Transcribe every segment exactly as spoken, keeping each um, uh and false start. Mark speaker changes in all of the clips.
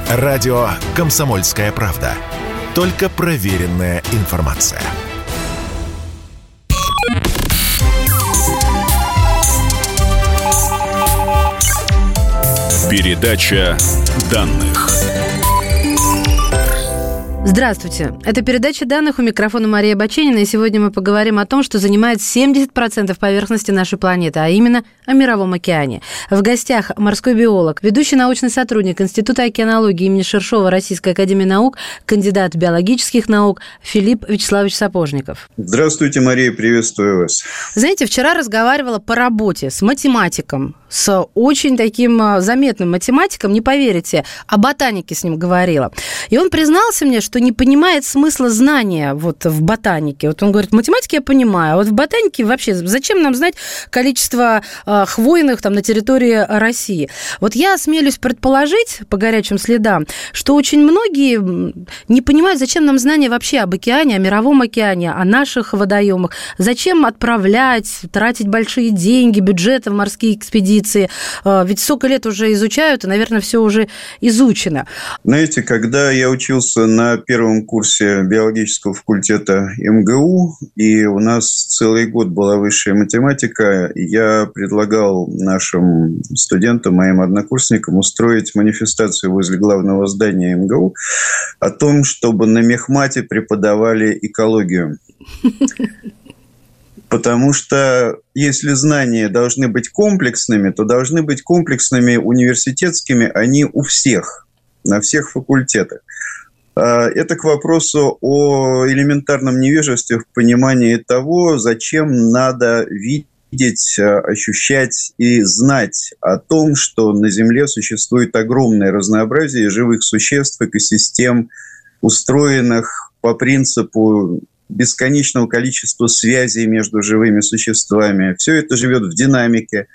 Speaker 1: Радио «Комсомольская правда». Только проверенная информация.
Speaker 2: Передача данных.
Speaker 3: Здравствуйте. Это передача данных, у микрофона Мария Баченина, и сегодня мы поговорим о том, что занимает семьдесят процентов поверхности нашей планеты, а именно о Мировом океане. В гостях морской биолог, ведущий научный сотрудник Института океанологии имени Ширшова Российской академии наук, кандидат биологических наук Филипп Вячеславович Сапожников.
Speaker 4: Здравствуйте, Мария, приветствую вас.
Speaker 3: Знаете, вчера разговаривала по работе с математиком, с очень таким заметным математиком, не поверите, о ботанике с ним говорила. И он признался мне, что не понимает смысла знания вот в ботанике. Вот он говорит, в математике я понимаю, а вот в ботанике вообще зачем нам знать количество э, хвойных там на территории России? Вот я осмелюсь предположить по горячим следам, что очень многие не понимают, зачем нам знания вообще об океане, о Мировом океане, о наших водоемах, зачем отправлять, тратить большие деньги, бюджеты в морские экспедиции, э, ведь столько лет уже изучают, и, наверное, все уже изучено.
Speaker 4: Знаете, когда я учился на первом курсе биологического факультета эм гэ у, и у нас целый год была высшая математика, я предлагал нашим студентам, моим однокурсникам, устроить манифестацию возле главного здания эм гэ у о том, чтобы на мехмате преподавали экологию. Потому что если знания должны быть комплексными, то должны быть комплексными университетскими они у всех, на всех факультетах. Это к вопросу о элементарном невежестве в понимании того, зачем надо видеть, ощущать и знать о том, что на Земле существует огромное разнообразие живых существ, экосистем, устроенных по принципу бесконечного количества связей между живыми существами. Все это живет в динамике.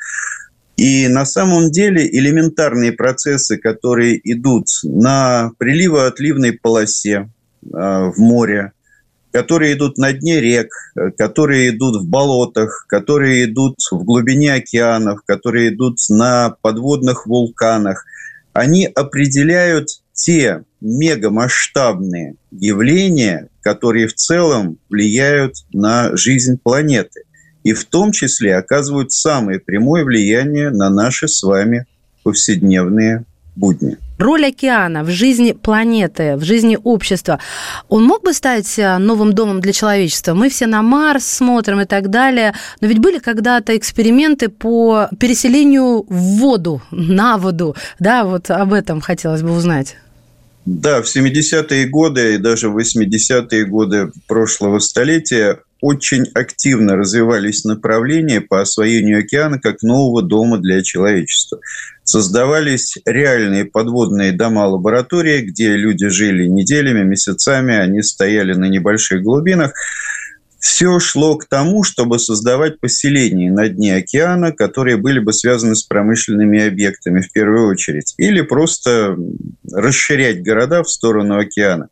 Speaker 4: И на самом деле элементарные процессы, которые идут на приливо-отливной полосе э, в море, которые идут на дне рек, которые идут в болотах, которые идут в глубине океанов, которые идут на подводных вулканах, они определяют те мегамасштабные явления, которые в целом влияют на жизнь планеты. И в том числе оказывают самое прямое влияние на наши с вами повседневные будни.
Speaker 3: Роль океана в жизни планеты, в жизни общества, он мог бы стать новым домом для человечества? Мы все на Марс смотрим и так далее, но ведь были когда-то эксперименты по переселению в воду, на воду, да, вот об этом хотелось бы узнать.
Speaker 4: Да, в семидесятые годы и даже в восьмидесятые годы прошлого столетия очень активно развивались направления по освоению океана как нового дома для человечества. Создавались реальные подводные дома-лаборатории, где люди жили неделями, месяцами, они стояли на небольших глубинах. Все шло к тому, чтобы создавать поселения на дне океана, которые были бы связаны с промышленными объектами в первую очередь, или просто расширять города в сторону океана.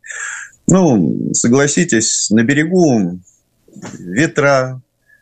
Speaker 4: Ну, согласитесь, на берегу ветра,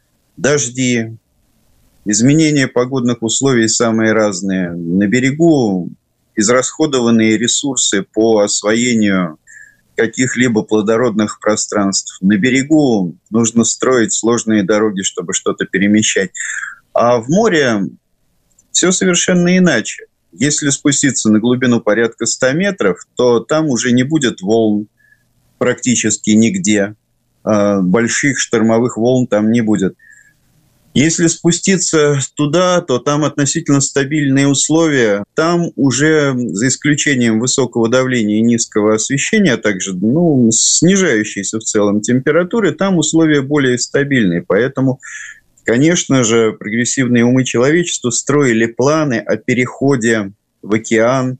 Speaker 4: дожди, изменения погодных условий самые разные. На берегу израсходованные ресурсы по освоению каких-либо плодородных пространств. На берегу нужно строить сложные дороги, чтобы что-то перемещать. А в море все совершенно иначе. Если спуститься на глубину порядка ста метров, то там уже не будет волн практически нигде. Больших штормовых волн там не будет. Если спуститься туда, то там относительно стабильные условия. Там уже, за исключением высокого давления и низкого освещения, а также ну, снижающейся в целом температуры, там условия более стабильные. Поэтому, конечно же, прогрессивные умы человечества строили планы о переходе в океан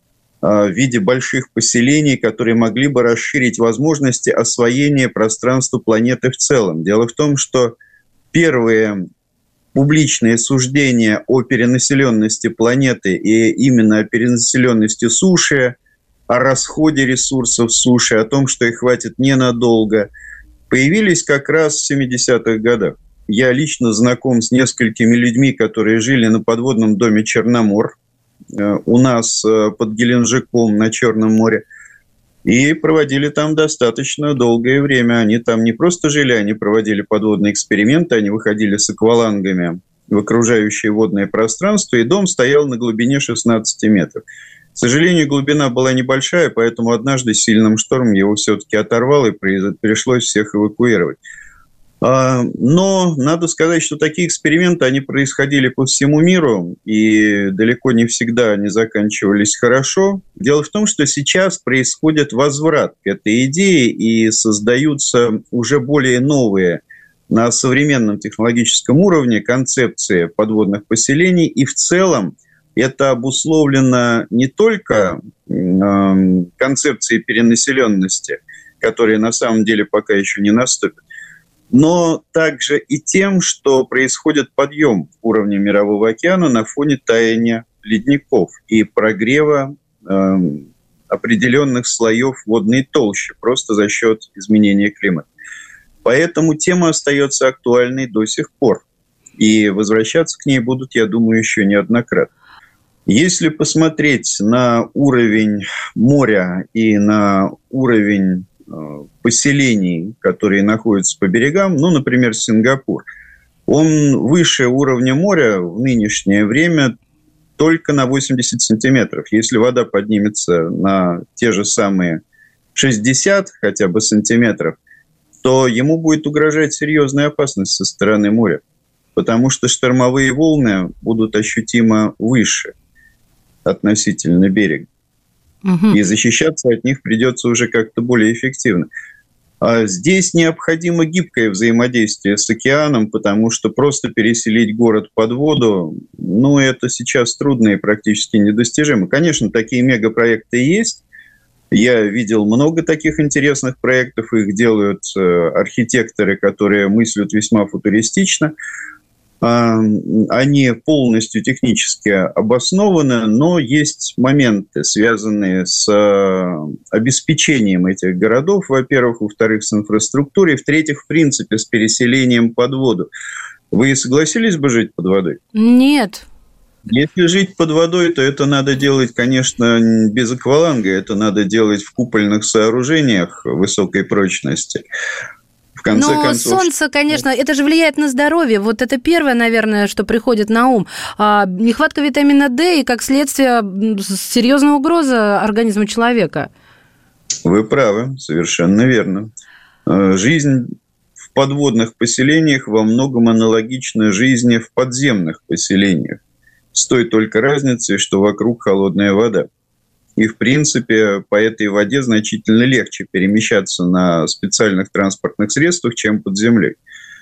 Speaker 4: в виде больших поселений, которые могли бы расширить возможности освоения пространства планеты в целом. Дело в том, что первые публичные суждения о перенаселенности планеты и именно о перенаселенности суши, о расходе ресурсов суши, о том, что их хватит ненадолго, появились как раз в семидесятых годах. Я лично знаком с несколькими людьми, которые жили на подводном доме «Черномор». у нас под Геленджиком на Черном море. И проводили там достаточно долгое время. Они там не просто жили, они проводили подводные эксперименты, они выходили с аквалангами в окружающее водное пространство, и дом стоял на глубине шестнадцати метров. К сожалению, глубина была небольшая, поэтому однажды сильным штормом его все-таки оторвало, и пришлось всех эвакуировать. Но надо сказать, что такие эксперименты, они происходили по всему миру, и далеко не всегда они заканчивались хорошо. Дело в том, что сейчас происходит возврат к этой идее, и создаются уже более новые на современном технологическом уровне концепции подводных поселений, и в целом это обусловлено не только э, концепцией перенаселенности, которая на самом деле пока еще не наступит, но также и тем, что происходит подъем уровня Мирового океана на фоне таяния ледников и прогрева э, определенных слоев водной толщи просто за счет изменения климата. Поэтому тема остается актуальной до сих пор. И возвращаться к ней будут, я думаю, еще неоднократно. Если посмотреть на уровень моря и на уровень поселений, которые находятся по берегам, ну, например, Сингапур, он выше уровня моря в нынешнее время только на восемьдесят сантиметров. Если вода поднимется на те же самые шестьдесят хотя бы сантиметров, то ему будет угрожать серьезная опасность со стороны моря, потому что штормовые волны будут ощутимо выше относительно берега. И защищаться от них придется уже как-то более эффективно. А здесь необходимо гибкое взаимодействие с океаном, потому что просто переселить город под воду, ну, это сейчас трудно и практически недостижимо. Конечно, такие мегапроекты есть. Я видел много таких интересных проектов, их делают архитекторы, которые мыслят весьма футуристично. Они полностью технически обоснованы, но есть моменты, связанные с обеспечением этих городов, во-первых, во-вторых, с инфраструктурой, в-третьих, в принципе, с переселением под воду. Вы согласились бы жить под водой?
Speaker 3: Нет.
Speaker 4: Если жить под водой, то это надо делать, конечно, без акваланга, это надо делать в купольных сооружениях высокой прочности. В конце
Speaker 3: Но
Speaker 4: концов,
Speaker 3: солнце, конечно, это же влияет на здоровье. Вот это первое, наверное, что приходит на ум. А, нехватка витамина D и, как следствие, серьезная угроза организму человека.
Speaker 4: Вы правы, совершенно верно. Жизнь в подводных поселениях во многом аналогична жизни в подземных поселениях. С той только разницей, что вокруг холодная вода. И, в принципе, по этой воде значительно легче перемещаться на специальных транспортных средствах, чем под землей.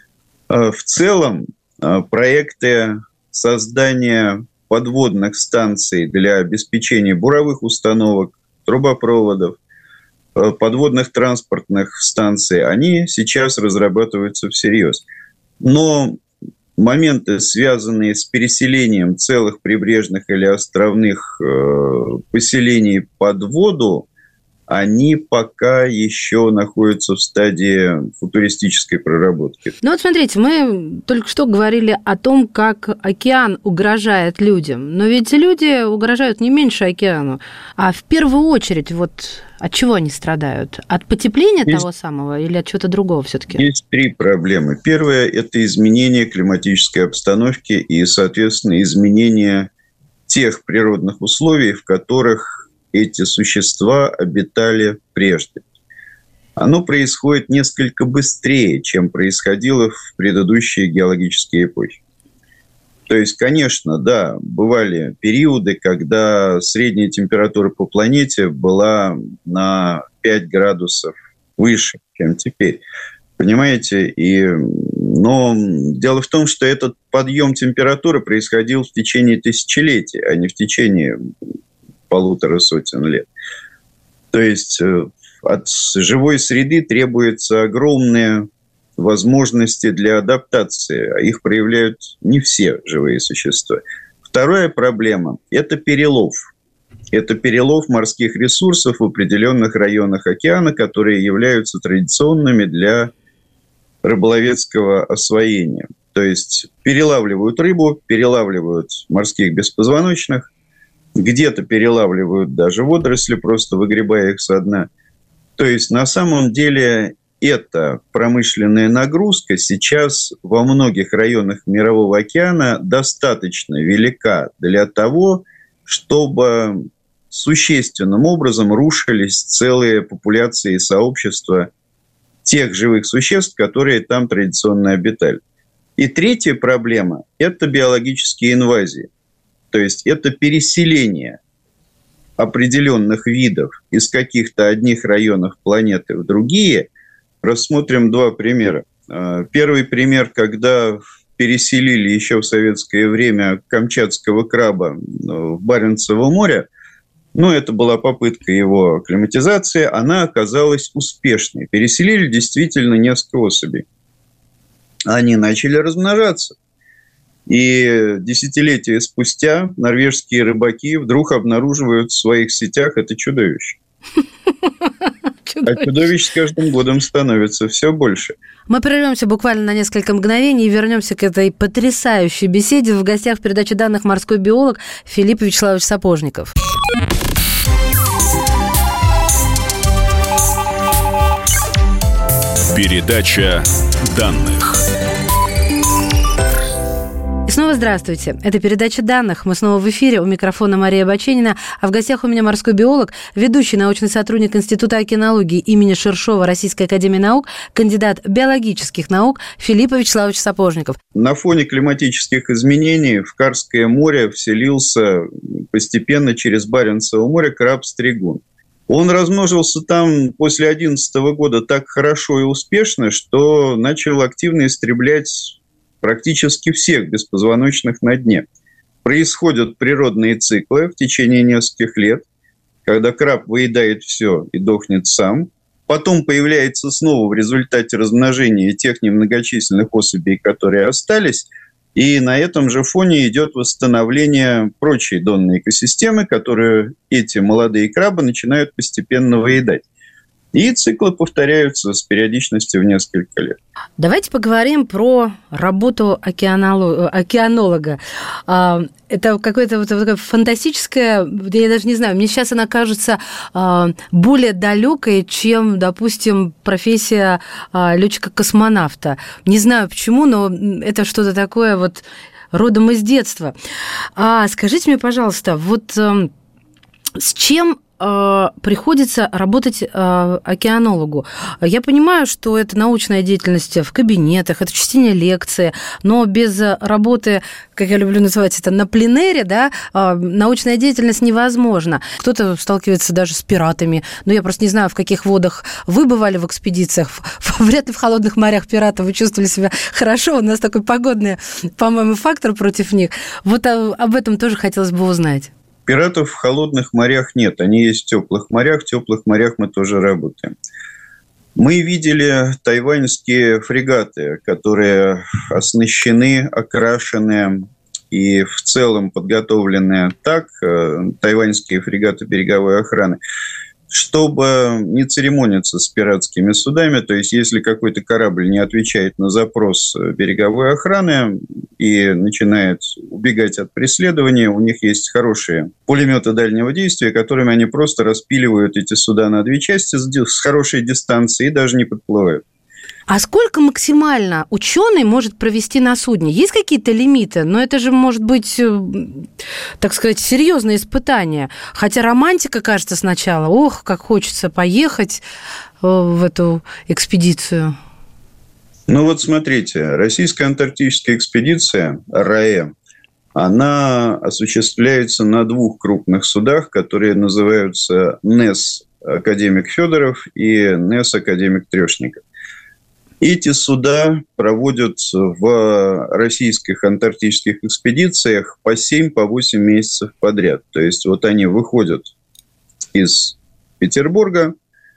Speaker 4: В целом, проекты создания подводных станций для обеспечения буровых установок, трубопроводов, подводных транспортных станций, они сейчас разрабатываются всерьез. Но моменты, связанные с переселением целых прибрежных или островных э, поселений под воду, они пока еще находятся в стадии футуристической проработки.
Speaker 3: Ну вот смотрите, мы только что говорили о том, как океан угрожает людям. Но ведь люди угрожают не меньше океану, а в первую очередь вот от чего они страдают? От потепления есть, того самого или от чего-то другого все-таки?
Speaker 4: Есть три проблемы. Первое – это изменение климатической обстановки и, соответственно, изменение тех природных условий, в которых эти существа обитали прежде. Оно происходит несколько быстрее, чем происходило в предыдущие геологические эпохи. То есть, конечно, да, бывали периоды, когда средняя температура по планете была на пять градусов выше, чем теперь. Понимаете? И, но дело в том, что этот подъем температуры происходил в течение тысячелетий, а не в течение полутора сотен лет. То есть от живой среды требуются огромные возможности для адаптации, а их проявляют не все живые существа. Вторая проблема – это перелов. Это перелов морских ресурсов в определенных районах океана, которые являются традиционными для рыболовецкого освоения. То есть перелавливают рыбу, перелавливают морских беспозвоночных, где-то перелавливают даже водоросли, просто выгребая их со дна. То есть, на самом деле, эта промышленная нагрузка сейчас во многих районах Мирового океана достаточно велика для того, чтобы существенным образом рушились целые популяции и сообщества тех живых существ, которые там традиционно обитали. И третья проблема – это биологические инвазии. То есть это переселение определенных видов из каких-то одних районов планеты в другие. Рассмотрим два примера. Первый пример, когда переселили еще в советское время камчатского краба в Баренцево море, ну, это была попытка его акклиматизации, она оказалась успешной. Переселили действительно несколько особей. Они начали размножаться. И десятилетия спустя норвежские рыбаки вдруг обнаруживают в своих сетях это чудовище. А чудовищ с каждым годом становится все больше.
Speaker 3: Мы прервемся буквально на несколько мгновений и вернемся к этой потрясающей беседе. В гостях в передаче данных морской биолог Филипп Вячеславович Сапожников.
Speaker 2: Передача данных.
Speaker 3: И снова здравствуйте. Это передача данных. Мы снова в эфире. У микрофона Мария Баченина. А в гостях у меня морской биолог, ведущий научный сотрудник Института океанологии имени Ширшова Российской академии наук, кандидат биологических наук Филипп Вячеславович Сапожников.
Speaker 4: На фоне климатических изменений в Карское море вселился постепенно через Баренцево море краб-стригун. Он размножился там после две тысячи одиннадцатого года так хорошо и успешно, что начал активно истреблять практически всех беспозвоночных на дне. Происходят природные циклы в течение нескольких лет, когда краб выедает все и дохнет сам. Потом появляется снова в результате размножения тех немногочисленных особей, которые остались. И на этом же фоне идет восстановление прочей донной экосистемы, которую эти молодые крабы начинают постепенно выедать. И циклы повторяются с периодичностью в несколько лет.
Speaker 3: Давайте поговорим про работу океанолога. океанолога. Это какое-то вот такое фантастическое, я даже не знаю, мне сейчас она кажется более далекой, чем, допустим, профессия летчика-космонавта. Не знаю почему, но это что-то такое вот родом из детства. А скажите мне, пожалуйста, вот с чем приходится работать океанологу? Я понимаю, что это научная деятельность в кабинетах, это чтение лекций, но без работы, как я люблю называть это, на пленэре, да, научная деятельность невозможна. Кто-то сталкивается даже с пиратами, но я просто не знаю, в каких водах вы бывали в экспедициях. Вряд ли в холодных морях пиратов вы чувствовали себя хорошо, у нас такой погодный, по-моему, фактор против них. Вот об этом тоже хотелось бы узнать.
Speaker 4: Пиратов в холодных морях нет, они есть в теплых морях, в теплых морях мы тоже работаем. Мы видели тайваньские фрегаты, которые оснащены, окрашены и в целом подготовлены так, тайваньские фрегаты береговой охраны, чтобы не церемониться с пиратскими судами. То есть, если какой-то корабль не отвечает на запрос береговой охраны и начинает убегать от преследования, у них есть хорошие пулеметы дальнего действия, которыми они просто распиливают эти суда на две части с хорошей дистанции и даже не подплывают.
Speaker 3: А сколько максимально ученый может провести на судне? Есть какие-то лимиты? Но это же может быть, так сказать, серьезное испытание. Хотя романтика, кажется, сначала. Ох, как хочется поехать в эту экспедицию.
Speaker 4: Ну вот смотрите, российская антарктическая экспедиция РАЭ, она осуществляется на двух крупных судах, которые называются НЭС «Академик Федоров» и НЭС «Академик Трешников». Эти суда проводят в российских антарктических экспедициях по семь-восемь месяцев подряд. То есть, вот они выходят из Петербурга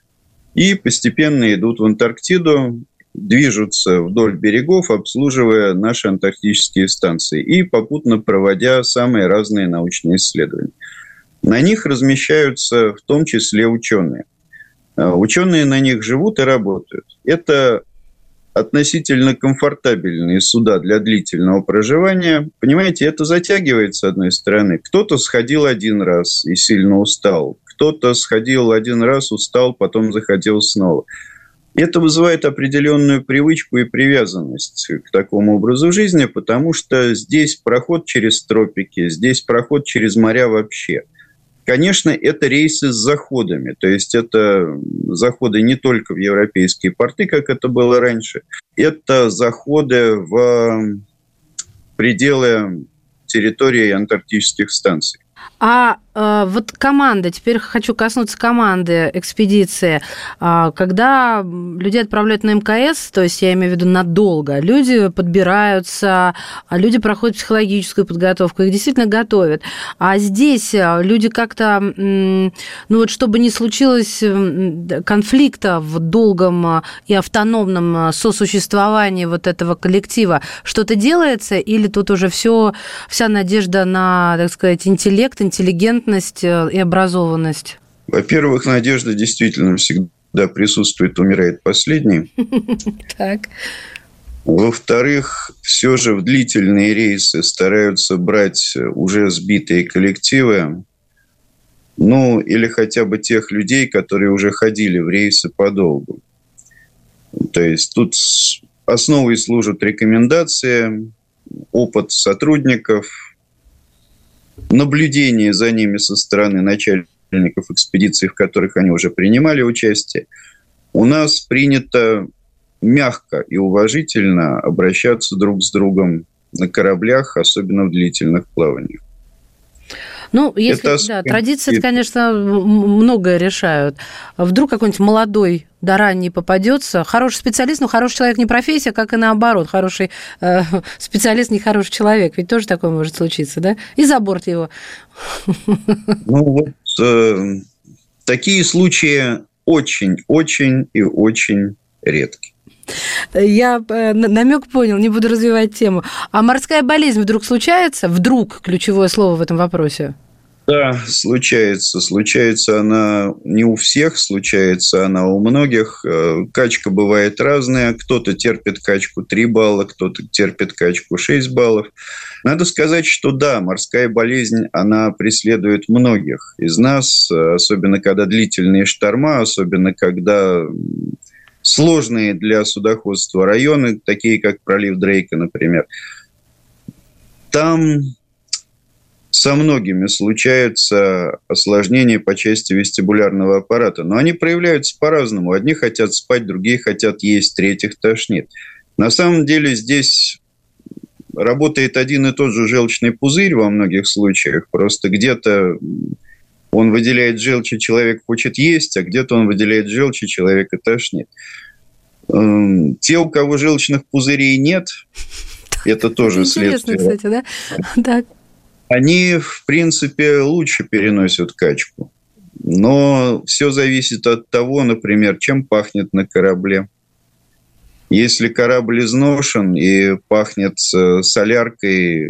Speaker 4: и постепенно идут в Антарктиду, движутся вдоль берегов, обслуживая наши антарктические станции и попутно проводя самые разные научные исследования. На них размещаются в том числе ученые. Ученые на них живут и работают. Это относительно комфортабельные суда для длительного проживания, понимаете, это затягивает с одной стороны. Кто-то сходил один раз и сильно устал, кто-то сходил один раз, устал, потом заходил снова. Это вызывает определенную привычку и привязанность к такому образу жизни, потому что здесь проход через тропики, здесь проход через моря вообще. Конечно, это рейсы с заходами, то есть это заходы не только в европейские порты, как это было раньше, это заходы в пределы территории антарктических станций.
Speaker 3: А э, вот команда, теперь хочу коснуться команды экспедиции. А, когда людей отправляют на эм ка эс, то есть я имею в виду надолго, люди подбираются, люди проходят психологическую подготовку, их действительно готовят. А здесь люди как-то, ну вот чтобы не случилось конфликта в долгом и автономном сосуществовании вот этого коллектива, что-то делается или тут уже все, вся надежда на, так сказать, интеллект, интеллигентность и образованность?
Speaker 4: Во-первых, надежда действительно всегда присутствует, умирает последней.
Speaker 3: Так.
Speaker 4: Во-вторых, все же в длительные рейсы стараются брать уже сбитые коллективы, ну, или хотя бы тех людей, которые уже ходили в рейсы подолгу. То есть тут основой служат рекомендации, опыт сотрудников, наблюдение за ними со стороны начальников экспедиций, в которых они уже принимали участие. У нас принято мягко и уважительно обращаться друг с другом на кораблях, особенно в длительных плаваниях.
Speaker 3: Ну, если, это, да, традиции, конечно, многое решают. Вдруг какой-нибудь молодой, да ранний попадется, хороший специалист, но хороший человек не профессия, как и наоборот, хороший э, специалист не хороший человек, ведь тоже такое может случиться, да? И за борт его.
Speaker 4: Ну, вот э, такие случаи очень-очень и очень редки.
Speaker 3: Я намек понял, не буду развивать тему. А морская болезнь вдруг случается? Вдруг ключевое слово в этом вопросе?
Speaker 4: Да, случается. Случается она не у всех, случается она у многих. Качка бывает разная. Кто-то терпит качку три балла, кто-то терпит качку шесть баллов. Надо сказать, что да, морская болезнь, она преследует многих из нас, особенно когда длительные шторма, особенно когда сложные для судоходства районы, такие как пролив Дрейка, например. Там со многими случаются осложнения по части вестибулярного аппарата. Но они проявляются по-разному. Одни хотят спать, другие хотят есть, третьих тошнит. На самом деле здесь работает один и тот же желчный пузырь во многих случаях. Просто где-то он выделяет желчь, и человек хочет есть, а где-то он выделяет желчь, и человека тошнит. Те, у кого желчных пузырей нет, это тоже следствие.
Speaker 3: Интересно, кстати, да? Так.
Speaker 4: Они, в принципе, лучше переносят качку. Но все зависит от того, например, чем пахнет на корабле. Если корабль изношен и пахнет соляркой,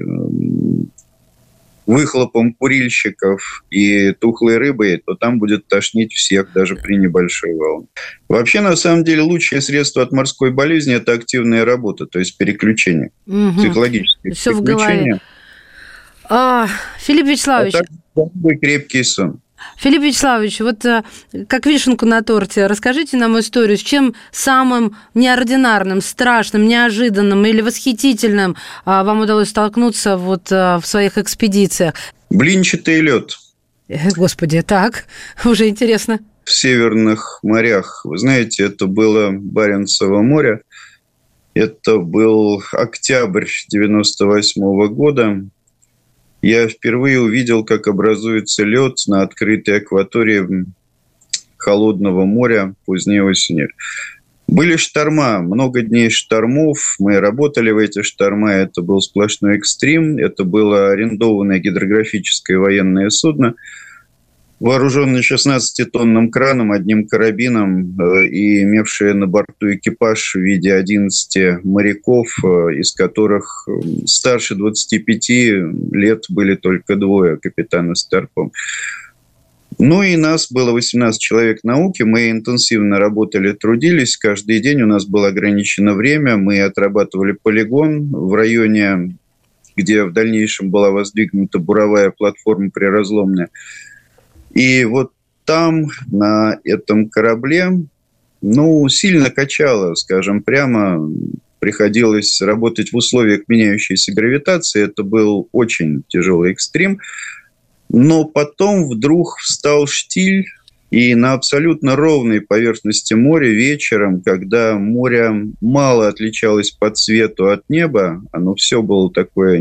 Speaker 4: выхлопом курильщиков и тухлой рыбой, то там будет тошнить всех, даже при небольшой волне. Вообще, на самом деле, лучшее средство от морской болезни – это активная работа, то есть переключение, угу. психологическое
Speaker 3: Всё
Speaker 4: переключение.
Speaker 3: В голове. А, Филипп Вячеславович.
Speaker 4: А также крепкий сон.
Speaker 3: Филипп Вячеславович, вот как вишенку на торте, расскажите нам историю, с чем самым неординарным, страшным, неожиданным или восхитительным вам удалось столкнуться вот в своих экспедициях?
Speaker 4: Блинчатый лед.
Speaker 3: Господи, так, уже интересно.
Speaker 4: В северных морях, вы знаете, это было Баренцево море, это был октябрь девяносто восьмого года. Я впервые увидел, как образуется лед на открытой акватории холодного моря поздней осенью. Были шторма, много дней штормов. Мы работали в эти шторма. Это был сплошной экстрим. Это было арендованное гидрографическое военное судно, вооруженное шестнадцатитонным краном, одним карабином и имевшее на борту экипаж в виде одиннадцати моряков, из которых старше двадцати пяти лет были только двое, капитан и старпом. Ну и нас было восемнадцать человек науки, мы интенсивно работали, трудились, каждый день у нас было ограничено время, мы отрабатывали полигон в районе, где в дальнейшем была воздвигнута буровая платформа приразломная. И вот там, на этом корабле, ну, сильно качало, скажем прямо, приходилось работать в условиях меняющейся гравитации, это был очень тяжелый экстрим. Но потом вдруг встал штиль, и на абсолютно ровной поверхности моря вечером, когда море мало отличалось по цвету от неба, оно все было такое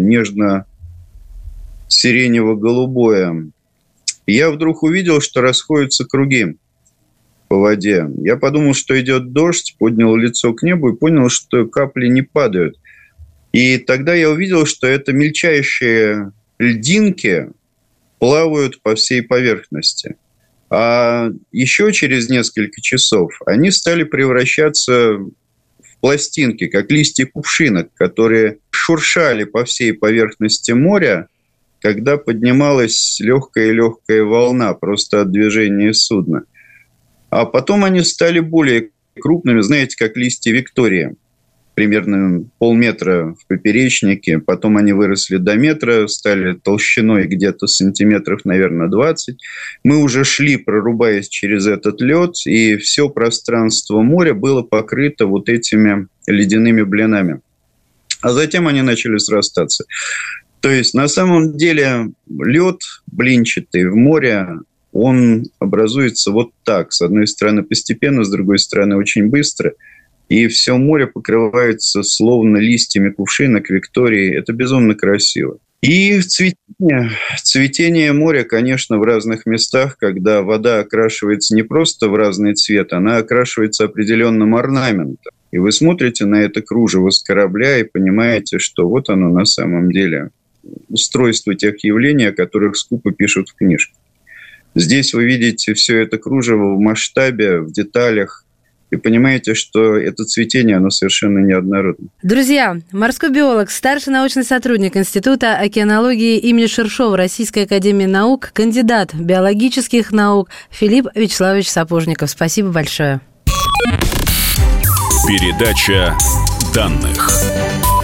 Speaker 4: нежно-сиренево-голубое, я вдруг увидел, что расходятся круги по воде. Я подумал, что идет дождь, поднял лицо к небу и понял, что капли не падают. И тогда я увидел, что это мельчайшие льдинки плавают по всей поверхности. А еще через несколько часов они стали превращаться в пластинки, как листья кувшинок, которые шуршали по всей поверхности моря, когда поднималась легкая-легкая волна просто от движения судна. А потом они стали более крупными, знаете, как листья Виктории. Примерно полметра в поперечнике, потом они выросли до метра, стали толщиной где-то сантиметров, наверное, двадцать. Мы уже шли, прорубаясь через этот лед, и все пространство моря было покрыто вот этими ледяными блинами. А затем они начали срастаться. То есть, на самом деле, лед блинчатый в море, он образуется вот так. С одной стороны постепенно, с другой стороны очень быстро. И все море покрывается словно листьями кувшинок Виктории. Это безумно красиво. И цветение. Цветение моря, конечно, в разных местах, когда вода окрашивается не просто в разный цвет, она окрашивается определенным орнаментом. И вы смотрите на это кружево с корабля и понимаете, что вот оно на самом деле устройство тех явлений, о которых скупо пишут в книжке. Здесь вы видите все это кружево в масштабе, в деталях, и понимаете, что это цветение, оно совершенно неоднородно.
Speaker 3: Друзья, морской биолог, старший научный сотрудник Института океанологии имени Ширшова Российской академии наук, кандидат биологических наук Филипп Вячеславович Сапожников. Спасибо большое.
Speaker 2: Передача данных.